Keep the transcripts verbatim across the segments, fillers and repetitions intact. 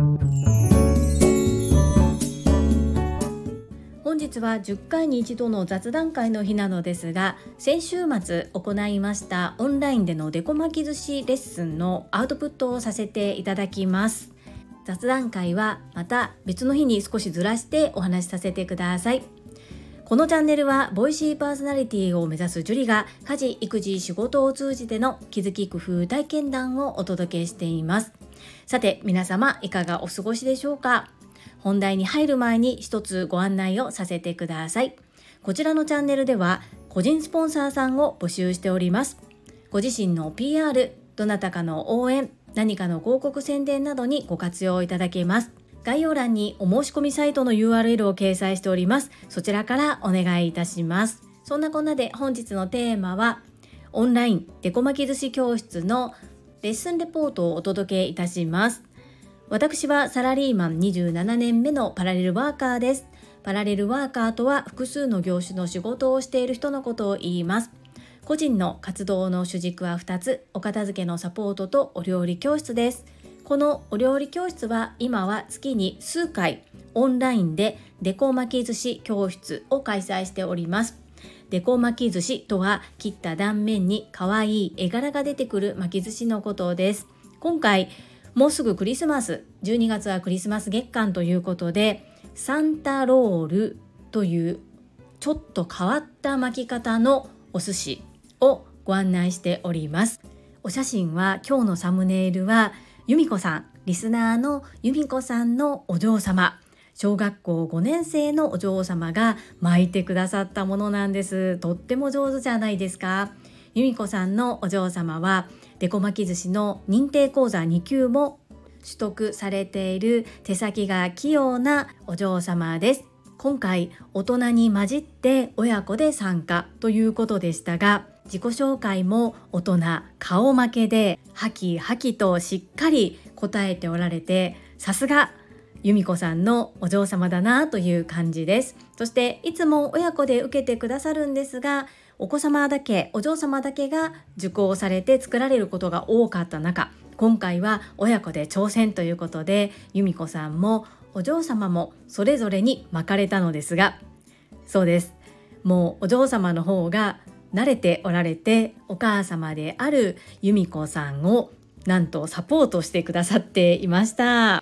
本日はじゅっかいに一度の雑談会の日なのですが、先週末行いましたオンラインでのデコ巻き寿司レッスンのアウトプットをさせていただきます。雑談会はまた別の日に少しずらしてお話しさせてください。このチャンネルはボイシーパーソナリティを目指すジュリが家事・育児・仕事を通じての気づき工夫体験談をお届けしています。さて皆様いかがお過ごしでしょうか。本題に入る前に一つご案内をさせてください。こちらのチャンネルでは個人スポンサーさんを募集しております。ご自身の ピーアール、どなたかの応援、何かの広告宣伝などにご活用いただけます。概要欄にお申し込みサイトの ユーアールエル を掲載しております。そちらからお願いいたします。そんなこんなで本日のテーマはオンラインデコ巻き寿司教室のレッスンレポートをお届けいたします。私はサラリーマンにじゅうななねんめのパラレルワーカーです。パラレルワーカーとは複数の業種の仕事をしている人のことを言います。個人の活動の主軸はふたつ、お片付けのサポートとお料理教室です。このお料理教室は今は月に数回オンラインでデコ巻き寿司教室を開催しております。デコ巻き寿司とは切った断面に可愛い絵柄が出てくる巻き寿司のことです。今回もうすぐクリスマス、じゅうにがつはクリスマス月間ということで、サンタロールというちょっと変わった巻き方のお寿司をご案内しております。お写真は今日のサムネイルは由美子さん、リスナーの由美子さんのお嬢様、小学校ごねん生のお嬢様が巻いてくださったものなんです。とっても上手じゃないですか。由美子さんのお嬢様はデコ巻き寿司の認定講座に級も取得されている手先が器用なお嬢様です。今回大人に混じって親子で参加ということでしたが、自己紹介も大人顔負けでハキハキとしっかり答えておられて、さすが由美子さんのお嬢様だなという感じです。そしていつも親子で受けてくださるんですが、お子様だけ、お嬢様だけが受講されて作られることが多かった中、今回は親子で挑戦ということで、由美子さんもお嬢様もそれぞれに巻かれたのですが、そうです、もうお嬢様の方が慣れておられて、お母様である由美子さんをなんとサポートしてくださっていました。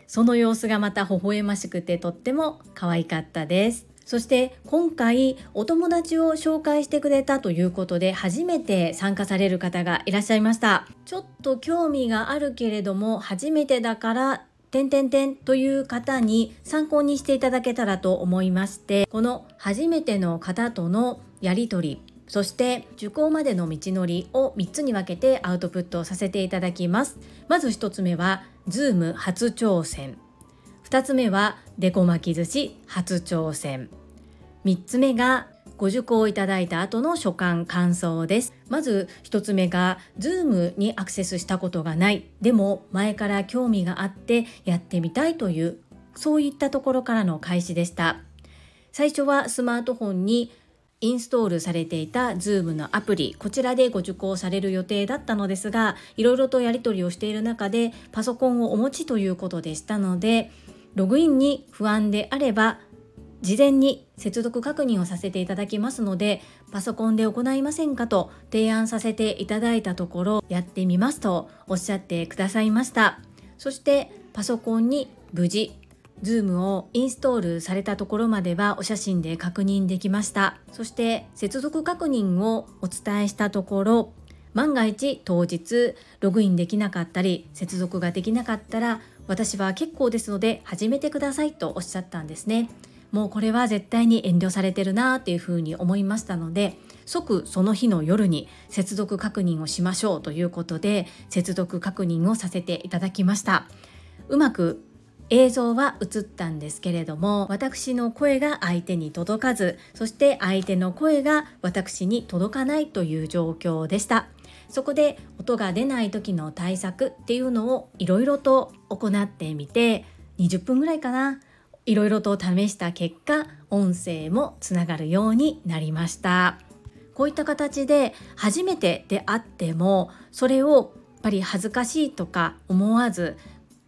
その様子がまた微笑ましくてとっても可愛かったです。そして今回お友達を紹介してくれたということで、初めて参加される方がいらっしゃいました。ちょっと興味があるけれども初めてだから点点点という方に参考にしていただけたらと思いまして、この初めての方とのやり取り、そして受講までの道のりをみっつに分けてアウトプットさせていただきます。まずひとつめは Zoom 初挑戦、ふたつめはデコ巻き寿司初挑戦、みっつめがご受講いただいた後の所感感想です。まずひとつめが Zoom にアクセスしたことがない、でも前から興味があってやってみたいという、そういったところからの開始でした。最初はスマートフォンにインストールされていた Zoom のアプリ、こちらでご受講される予定だったのですが、いろいろとやり取りをしている中でパソコンをお持ちということでしたので、ログインに不安であれば事前に接続確認をさせていただきますので、パソコンで行いませんかと提案させていただいたところ、やってみますとおっしゃってくださいました。そしてパソコンに無事Zoom をインストールされたところまではお写真で確認できました。そして接続確認をお伝えしたところ、万が一当日ログインできなかったり接続ができなかったら、私は結構ですので始めてくださいとおっしゃったんですね。もうこれは絶対に遠慮されてるなっていうふうに思いましたので、即その日の夜に接続確認をしましょうということで接続確認をさせていただきました。うまく映像は映ったんですけれども、私の声が相手に届かず、そして相手の声が私に届かないという状況でした。そこで音が出ない時の対策っていうのをいろいろと行ってみて、にじゅっぷんぐらいかな、いろいろと試した結果、音声もつながるようになりました。こういった形で初めてであっても、それをやっぱり恥ずかしいとか思わず、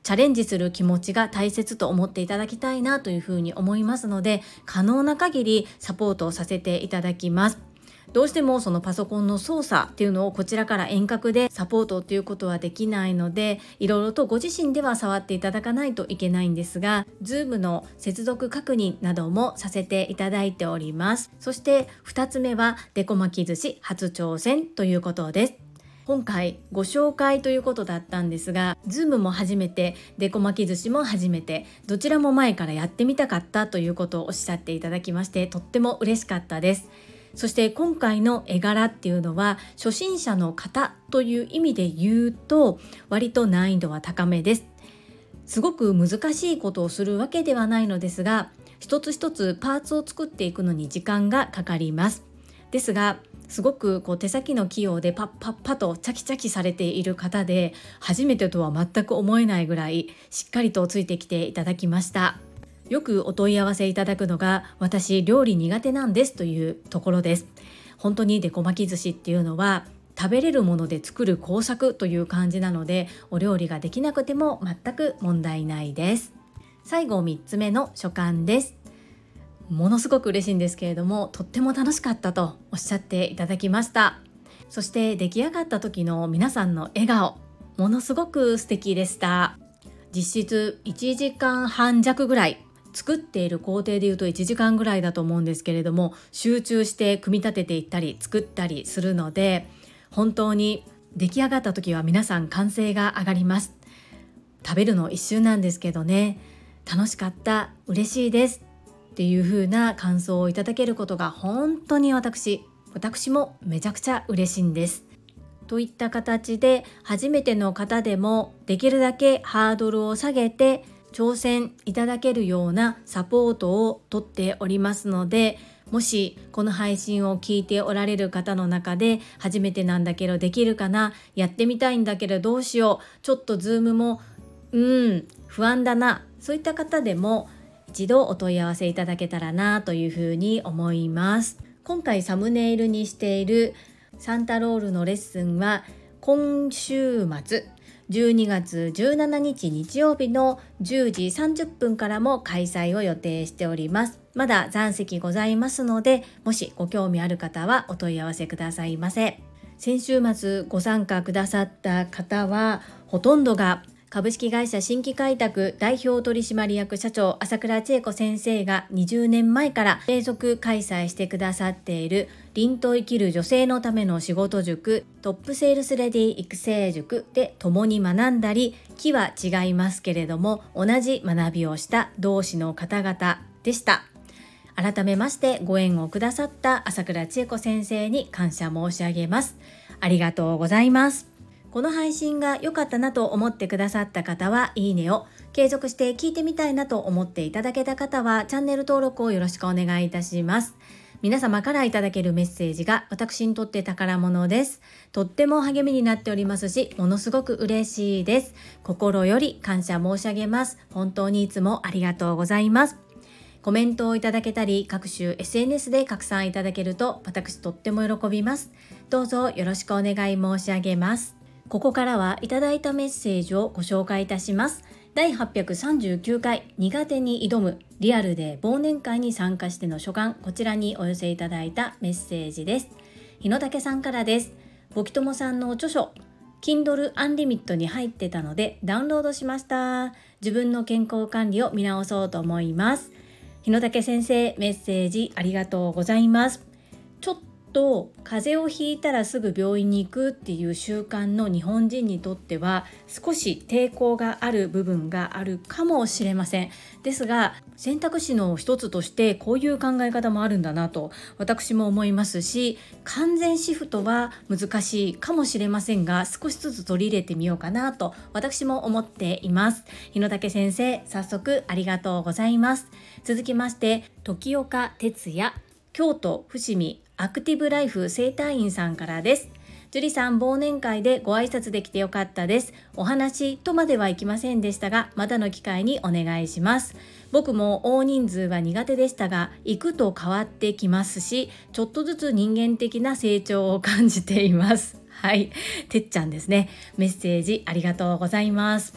チャレンジする気持ちが大切と思っていただきたいなというふうに思いますので、可能な限りサポートをさせていただきます。どうしてもそのパソコンの操作っていうのをこちらから遠隔でサポートっていうことはできないので、いろいろとご自身では触っていただかないといけないんですが、 Zoom の接続確認などもさせていただいております。そしてふたつめはデコ巻き寿司初挑戦ということです。今回ご紹介ということだったんですが、 Zoom も初めて、デコ巻き寿司も初めて、どちらも前からやってみたかったということをおっしゃっていただきまして、とっても嬉しかったです。そして今回の絵柄っていうのは初心者の方という意味で言うと割と難易度は高めです。すごく難しいことをするわけではないのですが、一つ一つパーツを作っていくのに時間がかかります。ですがすごくこう手先の器用でパッパッパとチャキチャキされている方で、初めてとは全く思えないぐらいしっかりとついてきていただきました。よくお問い合わせいただくのが、私料理苦手なんですというところです。本当にデコ巻き寿司っていうのは食べれるもので作る工作という感じなので、お料理ができなくても全く問題ないです。最後みっつめの所感です。ものすごく嬉しいんですけれども、とっても楽しかったとおっしゃっていただきました。そして出来上がった時の皆さんの笑顔、ものすごく素敵でした。実質いちじかんはん弱ぐらい、作っている工程でいうといちじかんぐらいだと思うんですけれども、集中して組み立てていったり作ったりするので、本当に出来上がった時は皆さん歓声が上がります。食べるの一瞬なんですけどね、楽しかった、嬉しいですっていう風な感想をいただけることが本当に私私もめちゃくちゃ嬉しいんです。といった形で初めての方でもできるだけハードルを下げて挑戦いただけるようなサポートをとっておりますので、もしこの配信を聞いておられる方の中で初めてなんだけどできるかな、やってみたいんだけどどうしよう、ちょっとズームもうん不安だな、そういった方でも一度お問い合わせいただけたらなというふうに思います。今回サムネイルにしているサンタロールのレッスンは今週末じゅうにがつじゅうしちにち日曜日のじゅうじさんじゅっぷんからも開催を予定しております。まだ残席ございますので、もしご興味ある方はお問い合わせくださいませ。先週末ご参加くださった方はほとんどが株式会社新規開拓代表取締役社長朝倉千恵子先生がにじゅうねんまえから継続開催してくださっている凛と生きる女性のための仕事塾トップセールスレディ育成塾で共に学んだり、期は違いますけれども同じ学びをした同志の方々でした。改めましてご縁をくださった朝倉千恵子先生に感謝申し上げます。ありがとうございます。この配信が良かったなと思ってくださった方はいいねを、継続して聞いてみたいなと思っていただけた方はチャンネル登録をよろしくお願いいたします。皆様からいただけるメッセージが私にとって宝物です。とっても励みになっておりますし、ものすごく嬉しいです。心より感謝申し上げます。本当にいつもありがとうございます。コメントをいただけたり各種 エスエヌエス で拡散いただけると私とっても喜びます。どうぞよろしくお願い申し上げます。ここからはいただいたメッセージをご紹介いたします。だいはっぴゃくさんじゅうきゅうかい苦手に挑むリアルで忘年会に参加しての所感、こちらにお寄せいただいたメッセージです。日野武さんからです。ボキトモさんの著書 Kindle Unlimited に入ってたのでダウンロードしました。自分の健康管理を見直そうと思います。日野武先生、メッセージありがとうございます。ちょっとと風邪をひいたらすぐ病院に行くっていう習慣の日本人にとっては少し抵抗がある部分があるかもしれません。ですが選択肢の一つとしてこういう考え方もあるんだなと私も思いますし、完全シフトは難しいかもしれませんが少しずつ取り入れてみようかなと私も思っています。日野武先生、早速ありがとうございます。続きまして時岡哲也京都伏見アクティブライフ整体院さんからです。樹里さん、忘年会でご挨拶できてよかったです。お話とまではいきませんでしたが、またの機会にお願いします。僕も大人数は苦手でしたが、行くと変わってきますし、ちょっとずつ人間的な成長を感じています。はい、てっちゃんですね。メッセージありがとうございます。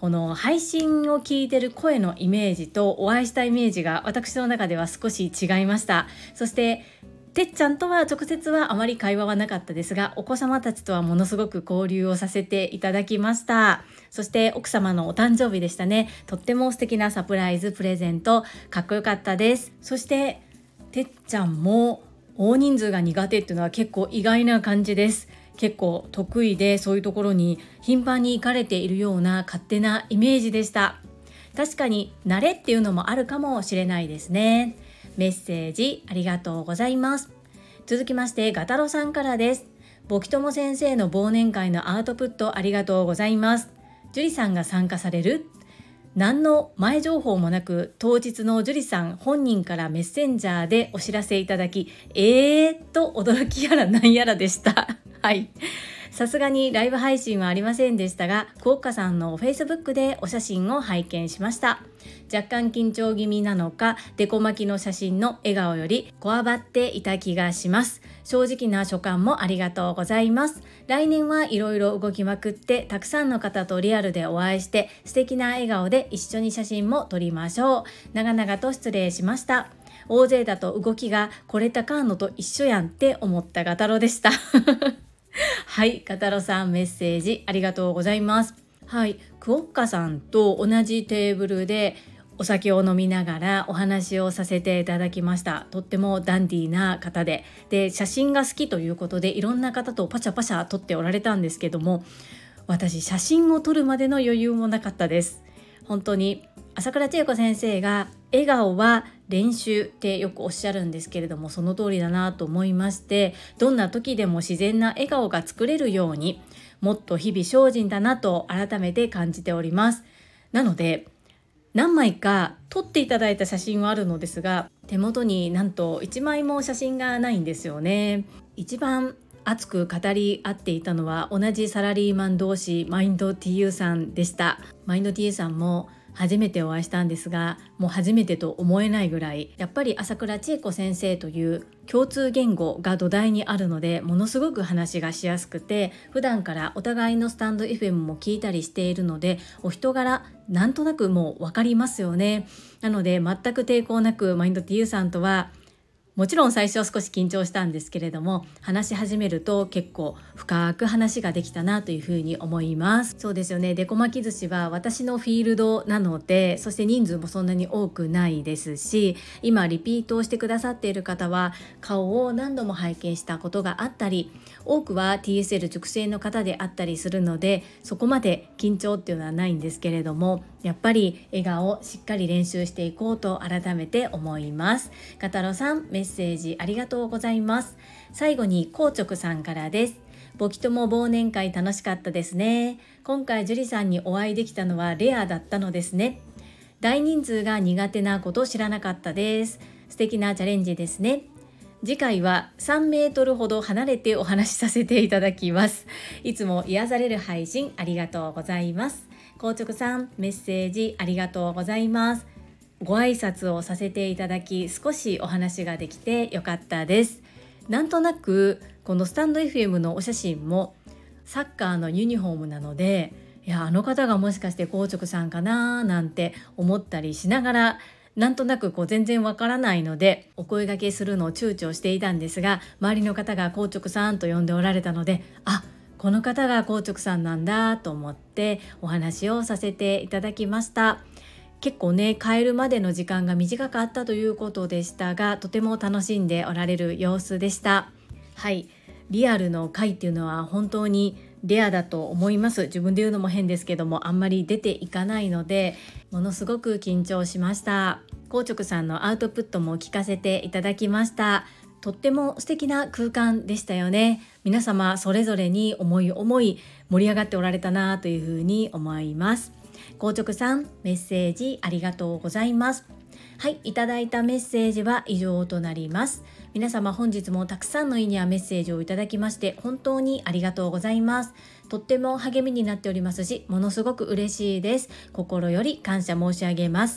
この配信を聞いてる声のイメージとお会いしたイメージが私の中では少し違いました。そしててっちゃんとは直接はあまり会話はなかったですが、お子様たちとはものすごく交流をさせていただきました。そして奥様のお誕生日でしたね。とっても素敵なサプライズプレゼント、かっこよかったです。そしててっちゃんも大人数が苦手っていうのは結構意外な感じです。結構得意で、そういうところに頻繁に行かれているような勝手なイメージでした。確かに慣れっていうのもあるかもしれないですね。メッセージありがとうございます。続きましてガタロさんからです。ボキトモ先生の忘年会のアウトプットありがとうございます。ジュリさんが参加される？何の前情報もなく当日のジュリさん本人からメッセンジャーでお知らせいただき、えーと驚きやらなんやらでしたはい、さすがにライブ配信はありませんでしたが、クオッカさんの Facebook でお写真を拝見しました。若干緊張気味なのか、デコ巻きの写真の笑顔よりこわばっていた気がします。正直な所感もありがとうございます。来年はいろいろ動きまくって、たくさんの方とリアルでお会いして、素敵な笑顔で一緒に写真も撮りましょう。長々と失礼しました。大勢だと動きがこれたかんのと一緒やんって思ったガタロでしたはい、ガタロさんメッセージありがとうございます。はい、クオッカさんと同じテーブルでお酒を飲みながらお話をさせていただきました。とってもダンディーな方で、で写真が好きということでいろんな方とパシャパシャ撮っておられたんですけども、私写真を撮るまでの余裕もなかったです。本当に朝倉千恵子先生が笑顔は練習ってよくおっしゃるんですけれども、その通りだなと思いまして、どんな時でも自然な笑顔が作れるように、もっと日々精進だなと改めて感じております。なので何枚か撮っていただいた写真はあるのですが、手元になんといちまいも写真がないんですよね。一番熱く語り合っていたのは同じサラリーマン同士、マインド ティーユー さんでした。マインド ティーユー さんも初めてお会いしたんですが、もう初めてと思えないぐらい、やっぱり朝倉千恵子先生という共通言語が土台にあるので、ものすごく話がしやすくて、普段からお互いのスタンド エフエム も聞いたりしているので、お人柄なんとなくもう分かりますよね。なので全く抵抗なくマインド ティーユー さんとは、もちろん最初は少し緊張したんですけれども、話し始めると結構深く話ができたなというふうに思います。そうですよね、デコ巻き寿司は私のフィールドなので、そして人数もそんなに多くないですし、今リピートをしてくださっている方は顔を何度も拝見したことがあったり、多くは ティーエスエル 直製の方であったりするので、そこまで緊張っていうのはないんですけれども、やっぱり笑顔をしっかり練習していこうと改めて思います。ガタロさんメッセージありがとうございます。最後にこうちょくさんからです。ボキとも忘年会楽しかったですね。今回樹里さんにお会いできたのはレアだったのですね。大人数が苦手なこと知らなかったです。素敵なチャレンジですね。次回はさんメートルほど離れてお話しさせていただきます。いつも癒される配信ありがとうございます。こうちょくさんメッセージありがとうございます。ご挨拶をさせていただき、少しお話ができてよかったです。なんとなくこのスタンド エフエム のお写真もサッカーのユニフォームなので、いやあの方がもしかしてこうちょくさんかななんて思ったりしながら、なんとなくこう全然わからないのでお声掛けするのを躊躇していたんですが、周りの方がこうちょくさんと呼んでおられたので、あ、この方がこうちょくさんなんだと思ってお話をさせていただきました。結構ね、帰るまでの時間が短かったということでしたが、とても楽しんでおられる様子でした。はい、リアルの会っていうのは本当にレアだと思います。自分で言うのも変ですけども、あんまり出ていかないので、ものすごく緊張しました。こうちょくさんのアウトプットも聞かせていただきました。とっても素敵な空間でしたよね。皆様それぞれに思い思い盛り上がっておられたなというふうに思います。こうちょくさんメッセージありがとうございます。はい、いただいたメッセージは以上となります。皆様本日もたくさんのいいねやメッセージをいただきまして本当にありがとうございます。とっても励みになっておりますし、ものすごく嬉しいです。心より感謝申し上げます。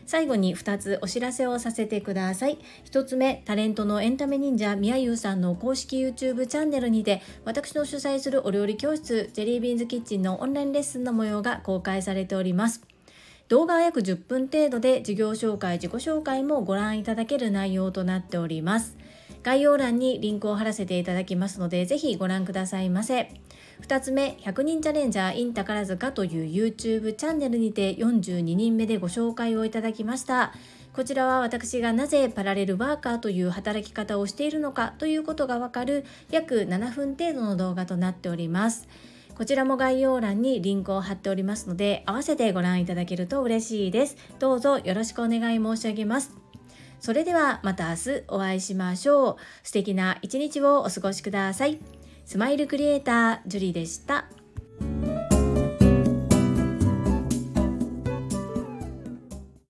最後にふたつお知らせをさせてください。ひとつめ、タレントのエンタメ忍者みやゆうさんの公式 YouTube チャンネルにて、私の主催するお料理教室ジェリービーンズキッチンのオンラインレッスンの模様が公開されております。動画は約じゅっぷん程度で、授業紹介、自己紹介もご覧いただける内容となっております。概要欄にリンクを貼らせていただきますので、ぜひご覧くださいませ。ふたつめ、ひゃくにんチャレンジャー in 宝塚という YouTube チャンネルにてよんじゅうににんめでご紹介をいただきました。こちらは私がなぜパラレルワーカーという働き方をしているのかということがわかる約ななふん程度の動画となっております。こちらも概要欄にリンクを貼っておりますので、合わせてご覧いただけると嬉しいです。どうぞよろしくお願い申し上げます。それではまた明日お会いしましょう。素敵な一日をお過ごしください。スマイルクリエイタージュリでした。